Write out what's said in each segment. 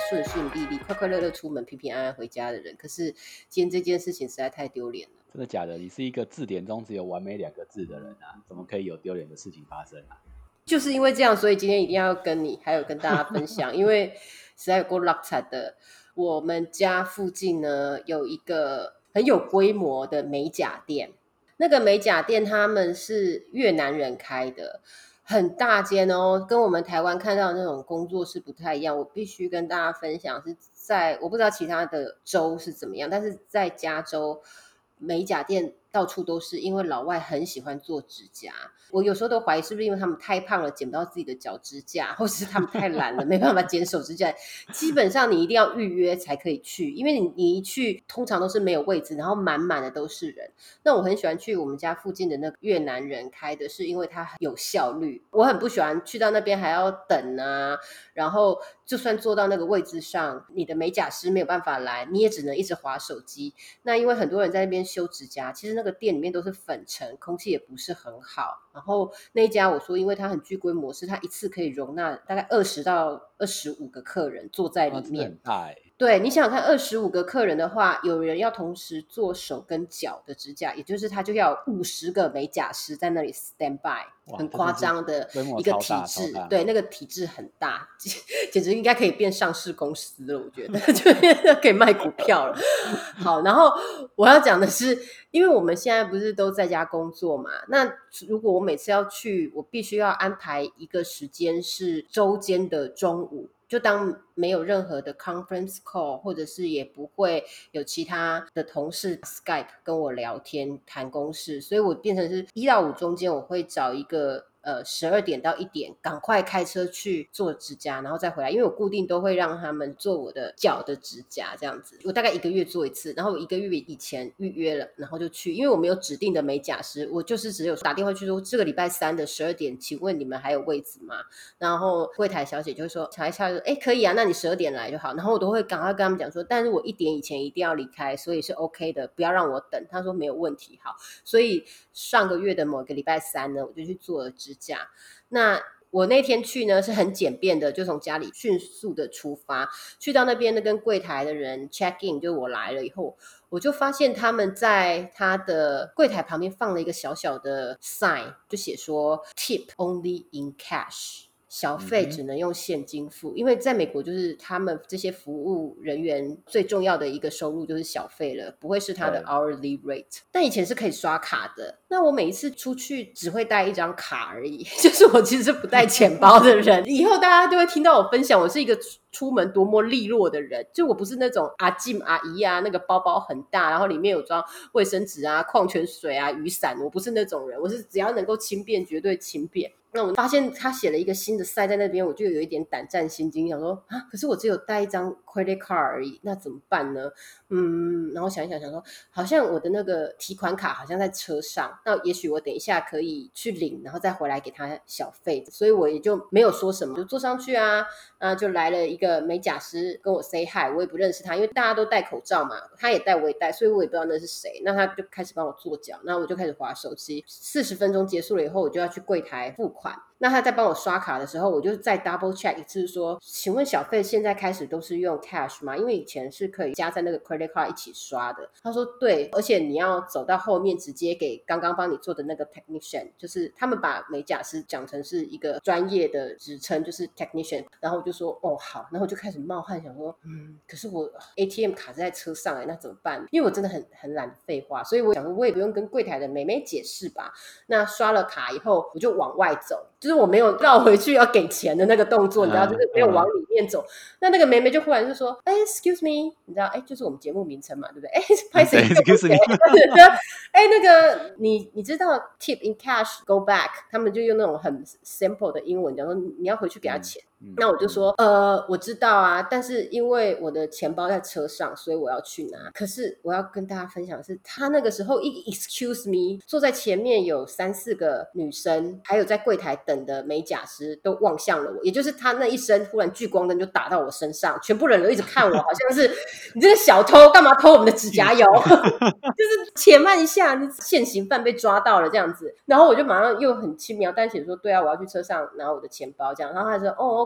顺顺利利、快快乐乐出门、平平安安回家的人。可是今天这件事情实在太丢脸了。 真的假的？你是一个字典中只有完美2个字的人啊，怎么可以有丢脸的事情发生啊？ 就是因为这样，所以今天一定要跟你还有跟大家分享，因为实在有够落惨的。我们家附近呢有一个很有规模的美甲店，那个美甲店他们是越南人开的，很大间哦，跟我们台湾看到的那种工作室不太一样。我必须跟大家分享，是在我不知道其他的州是怎么样，但是在加州美甲店到处都是，因为老外很喜欢做指甲。我有时候都怀疑是不是因为他们太胖了剪不到自己的脚指甲，或是他们太懒了没办法剪手指甲。基本上你一定要预约才可以去，因为你一去通常都是没有位置，然后满满的都是人。那我很喜欢去我们家附近的那个越南人开的，是因为它有效率。我很不喜欢去到那边还要等啊，然后就算坐到那个位置上，你的美甲师没有办法来，你也只能一直滑手机。那因为很多人在那边修指甲，其实那个店里面都是粉尘，空气也不是很好。然后那一家我说因为它很具规模，是它一次可以容纳大概20到25个客人坐在里面。 真的很大欸。 对，你想想看25个客人的话，有人要同时做手跟脚的指甲，也就是他就要有50个美甲师在那里 stand by， 很夸张的一个体制。对，那个体制很大，简直应该可以变上市公司了，我觉得就可以卖股票了。好，然后我要讲的是，因为我们现在不是都在家工作嘛，那如果我每次要去，我必须要安排一个时间是周间的中午，就当没有任何的 conference call， 或者是也不会有其他的同事 Skype 跟我聊天谈公事，所以我变成是1到5中间我会找一个12点到1点赶快开车去做指甲，然后再回来，因为我固定都会让他们做我的脚的指甲这样子。我大概1个月做一次，然后我1个月以前预约了，然后就去，因为我没有指定的美甲师，我就是只有打电话去说这个礼拜3的12点请问你们还有位置吗？然后柜台小姐就会说查一下说可以啊，那你12点来就好。然后我都会赶快跟他们讲说，但是我1点以前一定要离开，所以是 OK 的，不要让我等。他说没有问题。好，所以上个月的某个礼拜3呢，我就去做了指甲。那我那天去呢是很简便的，就从家里迅速的出发，去到那边呢跟柜台的人 check in， 就我来了以后，我就发现他们在他的柜台旁边放了一个小小的 sign， 就写说 tip only in cash，小费只能用现金付。因为在美国就是他们这些服务人员最重要的一个收入就是小费了，不会是他的 hourly rate。但以前是可以刷卡的，那我每一次出去只会带一张卡而已，就是我其实是不带钱包的人。以后大家就会听到我分享我是一个出门多么利落的人，就我不是那种阿静阿姨啊，那个包包很大然后里面有装卫生纸啊、矿泉水啊、雨伞，我不是那种人，我是只要能够轻便绝对轻便。那我发现他写了一个新的赛在那边，我就有一点胆战心惊，想说可是我只有带一张 credit card 而已，那怎么办呢？然后想一想想说，好像我的那个提款卡好像在车上，那也许我等一下可以去领，然后再回来给他小费，所以我也就没有说什么，就坐上去啊，就来了一个美甲师跟我 say hi， 我也不认识他，因为大家都戴口罩嘛，他也戴我也戴，所以我也不知道那是谁。那他就开始帮我做脚，那我就开始滑手机。40分钟结束了以后，我就要去柜台付款。那他在帮我刷卡的时候，我就再 double check 一次说，请问小费现在开始都是用 cash 吗？因为以前是可以加在那个 credit card 一起刷的。他说对，而且你要走到后面直接给刚刚帮你做的那个 technician， 就是他们把美甲师讲成是一个专业的职称，就是 technician。然后我就说好，然后我就开始冒汗想说可是我 ATM 卡在车上那怎么办？因为我真的很懒废话，所以我想说我也不用跟柜台的妹妹解释吧。那刷了卡以后我就往外走，就是我没有绕回去要给钱的那个动作，你知道，就是没有往里面走。那个妹妹就忽然就说excuse me， 你知道就是我们节目名称嘛，对不对？拍谁 excuse me 那个你知道 tip in cash go back， 他们就用那种很 simple 的英文讲说你要回去给他钱。那我就说我知道啊，但是因为我的钱包在车上，所以我要去拿。可是我要跟大家分享的是，他那个时候一 excuse me， 坐在前面有3-4个女生，还有在柜台等的美甲师都望向了我，也就是他那一声忽然聚光灯就打到我身上，全部人都一直看我，好像是你这个小偷干嘛偷我们的指甲油就是且慢一下，你现行犯被抓到了这样子。然后我就马上又很轻描淡写说对啊，我要去车上拿我的钱包这样。然后他说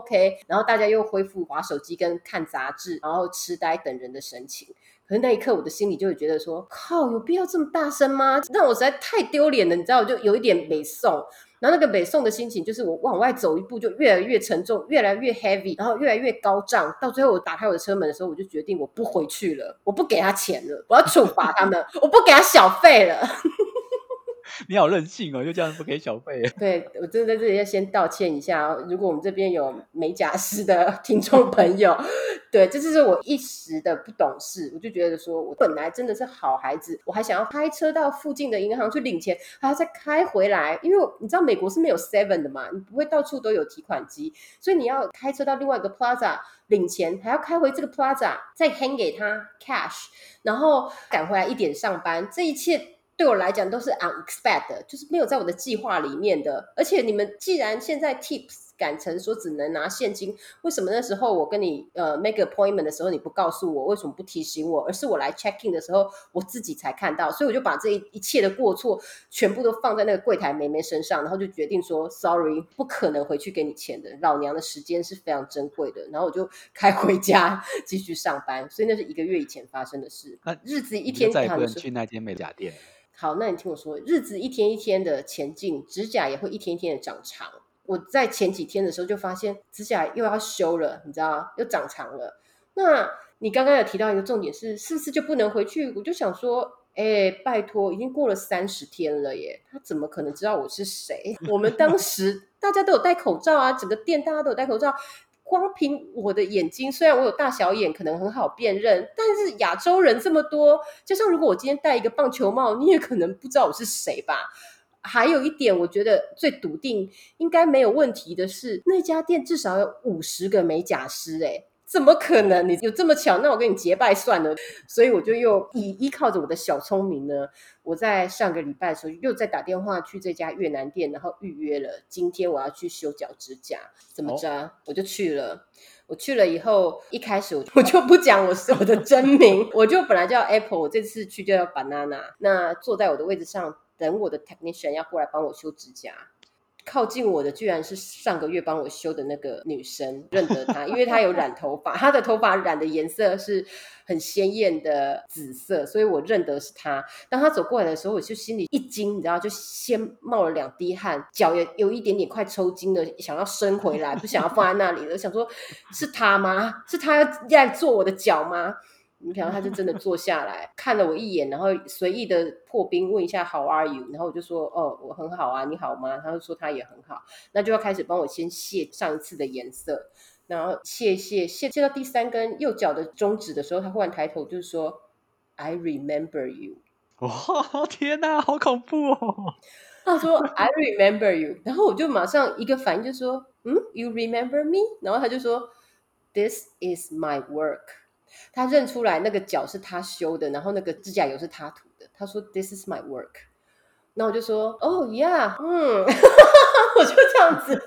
OK， 然后大家又恢复滑手机跟看杂志，然后痴呆等人的神情。可是那一刻我的心里就会觉得说，靠，有必要这么大声吗？让我实在太丢脸了，你知道，我就有一点北宋。然后那个北宋的心情就是我往外走一步就越来越沉重，越来越 heavy， 然后越来越高涨，到最后我打开我的车门的时候，我就决定我不回去了，我不给他钱了，我要处罚他们，我不给他小费了。 你好任性哦，就这样不给小费。 对，我真的在这里要先道歉一下哦，如果我们这边有美甲师的听众朋友，对，这就是我一时的不懂事，我就觉得说我本来真的是好孩子，我还想要开车到附近的银行去领钱，还要再开回来，因为你知道美国是没有 7 的嘛，你不会到处都有提款机，所以你要开车到另外一个 plaza 领钱，还要开回这个 plaza 再 hand 给他 cash， 然后赶回来1点上班，这一切对我来讲都是 unexpected， 就是没有在我的计划里面的。而且你们既然现在 tips 改成说只能拿现金，为什么那时候我跟你make appointment 的时候你不告诉我，为什么不提醒我，而是我来 check in 的时候我自己才看到，所以我就把这一切的过错全部都放在那个柜台妹妹身上，然后就决定说 sorry， 不可能回去给你钱的，老娘的时间是非常珍贵的，然后我就开回家继续上班。所以那是1个月以前发生的事。日子一天再也不能去那间美甲店了。 好，那你听我说，日子一天一天的前进，指甲也会一天一天的长长。我在前几天的时候就发现指甲又要修了，你知道，又长长了。那你刚刚有提到一个重点是不是就不能回去？我就想说，拜托，已经过了30天了耶，他怎么可能知道我是谁？我们当时大家都有戴口罩啊，整个店大家都有戴口罩。光凭我的眼睛，虽然我有大小眼可能很好辨认，但是亚洲人这么多，加上如果我今天戴一个棒球帽，你也可能不知道我是谁吧。还有一点我觉得最笃定应该没有问题的是，那家店至少有50个美甲师怎么可能？你有这么巧？那我跟你结拜算了。所以我就又依靠着我的小聪明呢，我在上个礼拜的时候又再打电话去这家越南店，然后预约了今天我要去修脚指甲。怎么着？我就去了。我去了以后，一开始我就不讲我的真名，我就本来叫 Apple， 我这次去就叫 Banana。那坐在我的位置上，等我的 technician 要过来帮我修指甲。靠近我的居然是上个月帮我修的那个女生，认得她，因为她有染头发，她的头发染的颜色是很鲜艳的紫色，所以我认得是她。当她走过来的时候，我就心里一惊，你知道，就先冒了2滴汗，脚也有一点点快抽筋了，想要伸回来，不想要放在那里了，想说是她吗？是她要做我的脚吗？然后他就真的坐下来看了我一眼，然后随意的破冰问一下 How are you， 然后我就说我很好啊，你好吗？他就说他也很好，那就要开始帮我先卸上一次的颜色，然后卸到第3根右脚的中指的时候，他忽然抬头就是说 I remember you。 哇，天哪，好恐怖哦。 他说 I remember you， 然后我就马上一个反应就说You remember me？ 然后他就说 This is my work。他认出来那个脚是他修的，然后那个指甲油是他涂的。他说 This is my work。 那我就说Oh yeah， 我就这样子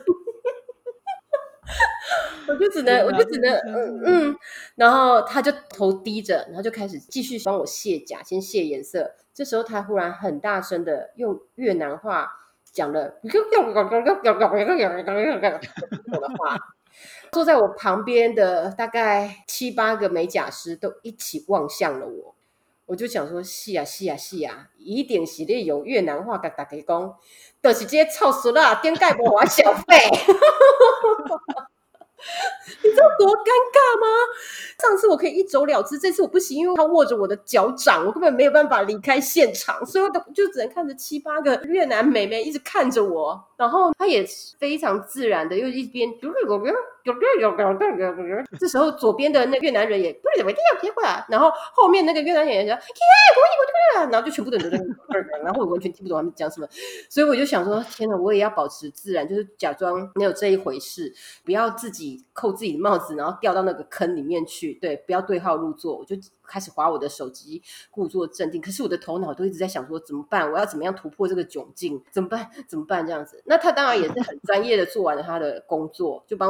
我就只能然后他就头低着，然后就开始继续帮我卸甲，先卸颜色。这时候他忽然很大声的用越南话讲了我的话。坐在我旁边的大概7、8个美甲师都一起望向了我，我就想说是啊，一定是你用越南话跟大家讲，就是这些臭孙啊，点解没还小费？你知道多尴尬吗？上次我可以一走了之，这次我不行，因为他握着我的脚掌，我根本没有办法离开现场，所以我就只能看着7、8个越南妹妹一直看着我，然后他也非常自然的又一边这时候左边的那越南人也然后后面那个越南人也说然后就全部的人然后我完全听不懂他们讲什么，所以我就想说天哪，我也要保持自然，就是假装没有这一回事，不要自己扣自己的帽子然后掉到那个坑里面去，对，不要对号入座。我就开始滑我的手机，故作镇定，可是我的头脑都一直在想说怎么办，我要怎么样突破这个窘境，怎么办这样子。那他当然也是很专业的做完了他的工作，就帮我修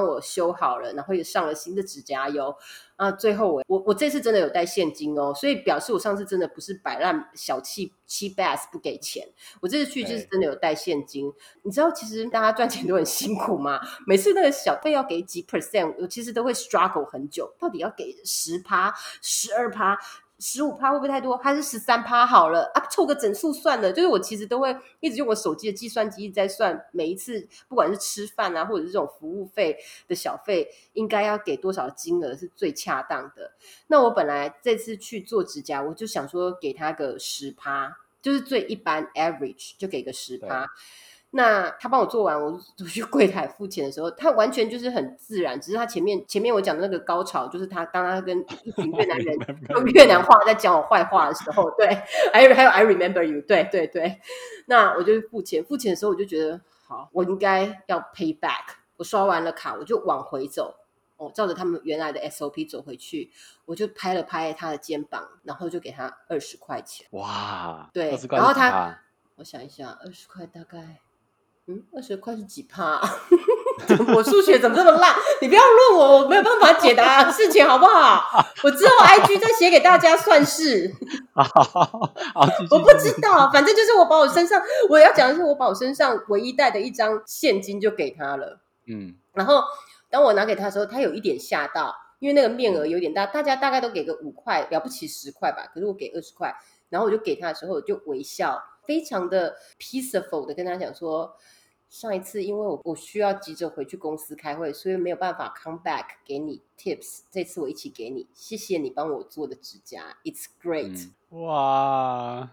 修好了，然后也上了新的指甲油啊。最后我这次真的有带现金哦，所以表示我上次真的不是摆烂小气 cheap ass 不给钱，我这次去就是真的有带现金。你知道其实大家赚钱都很辛苦嘛，每次那个小费要给几 percent， 我其实都会 struggle 很久，到底要给10%、12%。15%会不会太多？还是13%好了啊？凑个整数算了。就是我其实都会一直用我手机的计算机一直在算，每一次不管是吃饭啊，或者是这种服务费的小费，应该要给多少金额是最恰当的。那我本来这次去做指甲，我就想说给他个10%，就是最一般 average 就给个10%。那他帮我做完，我去柜台付钱的时候，他完全就是很自然，只是他前面我讲的那个高潮，就是当他跟一群越南人用越南话在讲我坏话的时候，对，还有 I remember you， 对对对，那我就付钱的时候，我就觉得好，我应该要 pay back， 我刷完了卡，我就往回走，照着他们原来的 SOP 走回去，我就拍了拍他的肩膀，然后就给他20块钱， 哇， 对 ，20块， 然后他，我想一下，20块大概。20块是几%？我数学怎么这么烂？你不要论我没有办法解答事情好不好？我之后 IG 再写给大家算是。我不知道，反正就是我要讲的是我把我身上唯一带的一张现金就给他了。然后当我拿给他的时候，他有一点吓到，因为那个面额有点大，大家大概都给个5块，了不起10块吧，可是我给20块，然后我就给他的时候我就微笑，非常的 peaceful 的跟他讲说。上一次因为我需要急着回去公司开会，所以没有办法 come back 给你 tips， 这次我一起给你，谢谢你帮我做的指甲 It's great。 哇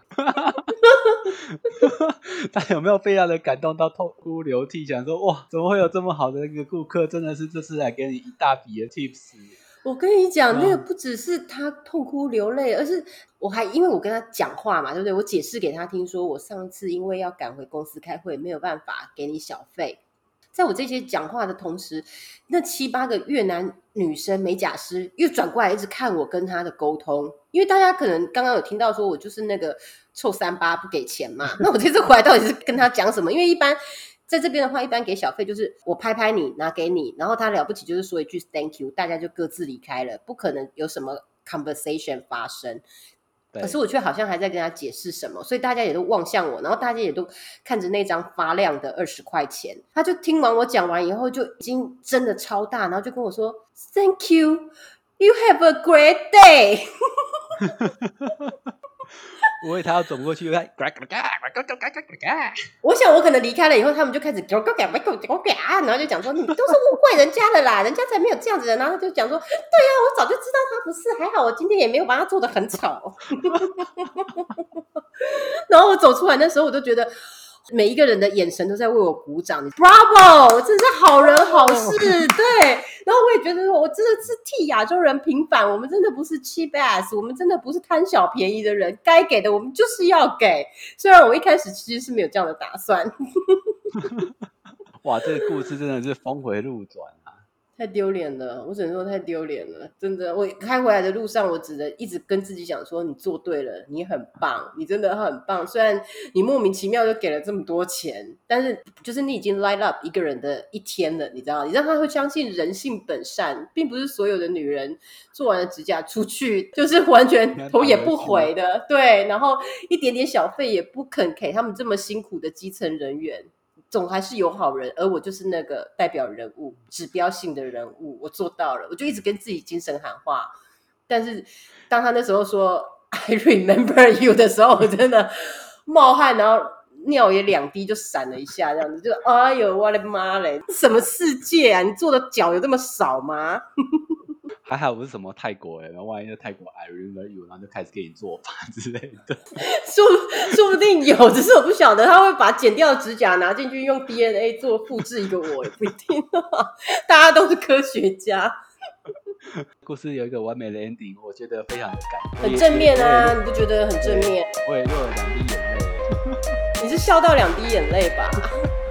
他有没有非常的感动到痛哭流涕，想说哇怎么会有这么好的一个顾客，真的是这次来给你一大笔的 tips。 我跟你讲，那个不只是他痛哭流泪，而是我还因为我跟他讲话嘛，对不对？我解释给他听，说我上次因为要赶回公司开会，没有办法给你小费。在我这些讲话的同时，那7、8个越南女生美甲师又转过来一直看我跟他的沟通，因为大家可能刚刚有听到说我就是那个臭3八不给钱嘛，那我这次回来到底是跟他讲什么？因为一般在这边的话，一般给小费就是我拍拍你拿给你，然后他了不起就是说一句 thank you， 大家就各自离开了，不可能有什么 conversation 发生。可是我却好像还在跟他解释什么，所以大家也都望向我，然后大家也都看着那张发亮的20块钱。他就听完我讲完以后，就已经真的超大，然后就跟我说 Thank you, you have a great day 不会他要走过去我想我可能离开了以后，他们就开始然后就讲说你都是误会人家的啦，人家才没有这样子的，然后就讲说对啊，我早就知道他不是，还好我今天也没有把他做得很丑然后我走出来那时候我就觉得每一个人的眼神都在为我鼓掌 Bravo 真是好人好事对，然后我也觉得我真的是替亚洲人平反，我们真的不是 cheap ass， 我们真的不是贪小便宜的人，该给的我们就是要给，虽然我一开始其实是没有这样的打算哇这个故事真的是峰回路转啊， 太丢脸了，我只能说太丢脸了，真的。我开回来的路上，我只能一直跟自己讲说，你做对了，你很棒，你真的很棒。虽然你莫名其妙就给了这么多钱，但是就是你已经 light up 一个人的一天了，你知道？你让他会相信人性本善，并不是所有的女人做完了指甲出去就是完全头也不回的，对，然后一点点小费也不肯给他们这么辛苦的基层人员。总还是有好人，而我就是那个代表人物，指标性的人物，我做到了，我就一直跟自己精神喊话。但是当他那时候说 I remember you 的时候，我真的冒汗，然后尿也2滴就闪了一下，这样子就哎呦我的妈嘞，什么世界啊？你做的脚有这么少吗？ 还好不是什么泰国人，万一就泰国 I remember you， 然后就开始给你做法之类的说不定有，只是我不晓得他会把剪掉的指甲拿进去用 DNA 做复制一个我，也不一定大家都是科学家。 故事有一个完美的 ending， 我觉得非常的感很正面啊，你不觉得很正面？ 我也落了2滴眼泪你是笑到2滴眼泪吧？